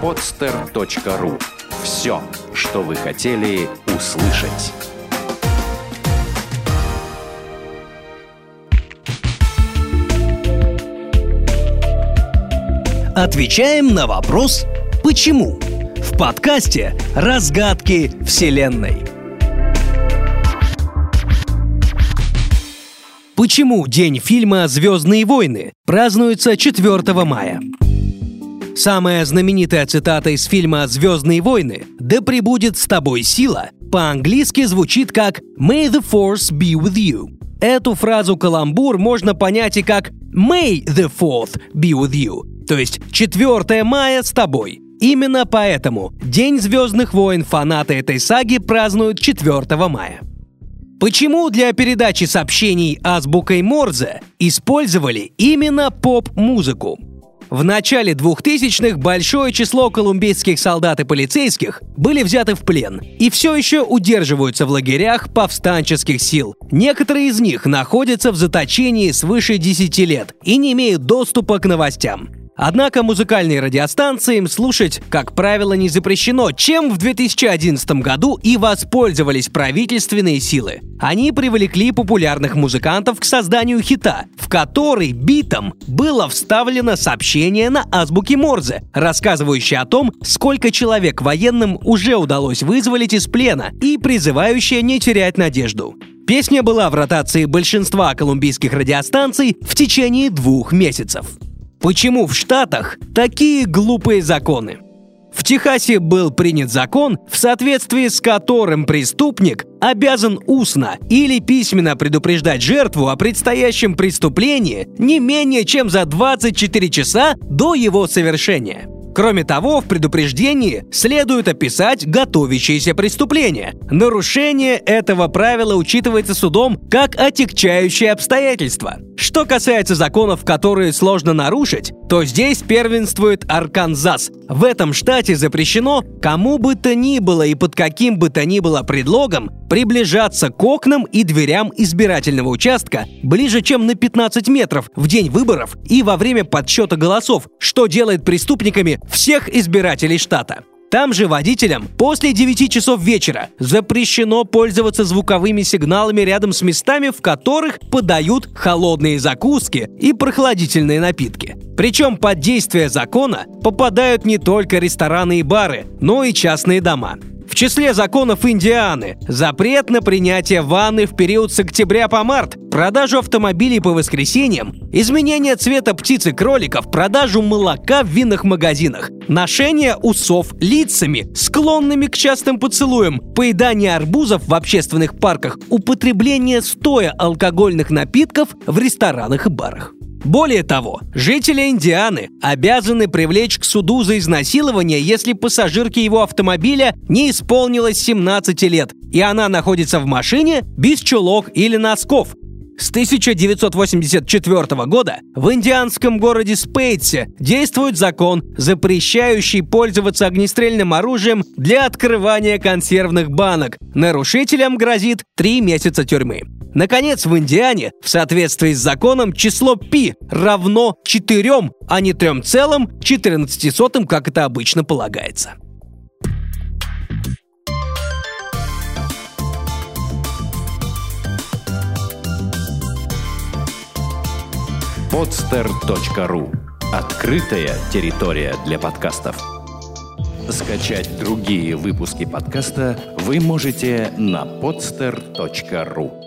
podster.ru. Все, что вы хотели услышать. Отвечаем на вопрос «Почему?» в подкасте «Разгадки Вселенной». Почему День фильма «Звездные войны» празднуется 4 мая? Самая знаменитая цитата из фильма «Звездные войны» «Да пребудет с тобой сила» по-английски звучит как «May the force be with you». Эту фразу-каламбур можно понять и как «May the 4th be with you», то есть 4 мая с тобой. Именно поэтому День Звездных войн фанаты этой саги празднуют 4 мая. Почему для передачи сообщений азбукой Морзе использовали именно поп-музыку? В начале 2000-х большое число колумбийских солдат и полицейских были взяты в плен и все еще удерживаются в лагерях повстанческих сил. Некоторые из них находятся в заточении свыше 10 лет и не имеют доступа к новостям. Однако музыкальные радиостанции им слушать, как правило, не запрещено, чем в 2011 году и воспользовались правительственные силы. Они привлекли популярных музыкантов к созданию хита, в который битом было вставлено сообщение на азбуке Морзе, рассказывающее о том, сколько человек военным уже удалось вызволить из плена и призывающее не терять надежду. Песня была в ротации большинства колумбийских радиостанций в течение 2 месяцев. Почему в Штатах такие глупые законы? В Техасе был принят закон, в соответствии с которым преступник обязан устно или письменно предупреждать жертву о предстоящем преступлении не менее чем за 24 часа до его совершения. Кроме того, в предупреждении следует описать готовящееся преступление. Нарушение этого правила учитывается судом как отягчающее обстоятельство. Что касается законов, которые сложно нарушить, то здесь первенствует Арканзас. В этом штате запрещено кому бы то ни было и под каким бы то ни было предлогом приближаться к окнам и дверям избирательного участка ближе, чем на 15 метров в день выборов и во время подсчета голосов, что делает преступниками всех избирателей штата. Там же водителям после 9 часов вечера запрещено пользоваться звуковыми сигналами рядом с местами, в которых подают холодные закуски и прохладительные напитки. Причем под действие закона попадают не только рестораны и бары, но и частные дома. В числе законов Индианы запрет на принятие ванны в период с октября по март, продажу автомобилей по воскресеньям, изменение цвета птиц и кроликов, продажу молока в винных магазинах, ношение усов лицами, склонными к частым поцелуям, поедание арбузов в общественных парках, употребление стоя алкогольных напитков в ресторанах и барах. Более того, жители Индианы обязаны привлечь к суду за изнасилование, если пассажирке его автомобиля не исполнилось 17 лет, и она находится в машине без чулок или носков. С 1984 года в индианском городе Спейтсе действует закон, запрещающий пользоваться огнестрельным оружием для открывания консервных банок. Нарушителям грозит 3 месяца тюрьмы. Наконец, в Индиане, в соответствии с законом, число π равно 4, а не 3,14, как это обычно полагается. Podster.ru. Открытая территория для подкастов. Скачать другие выпуски подкаста вы можете на podster.ru.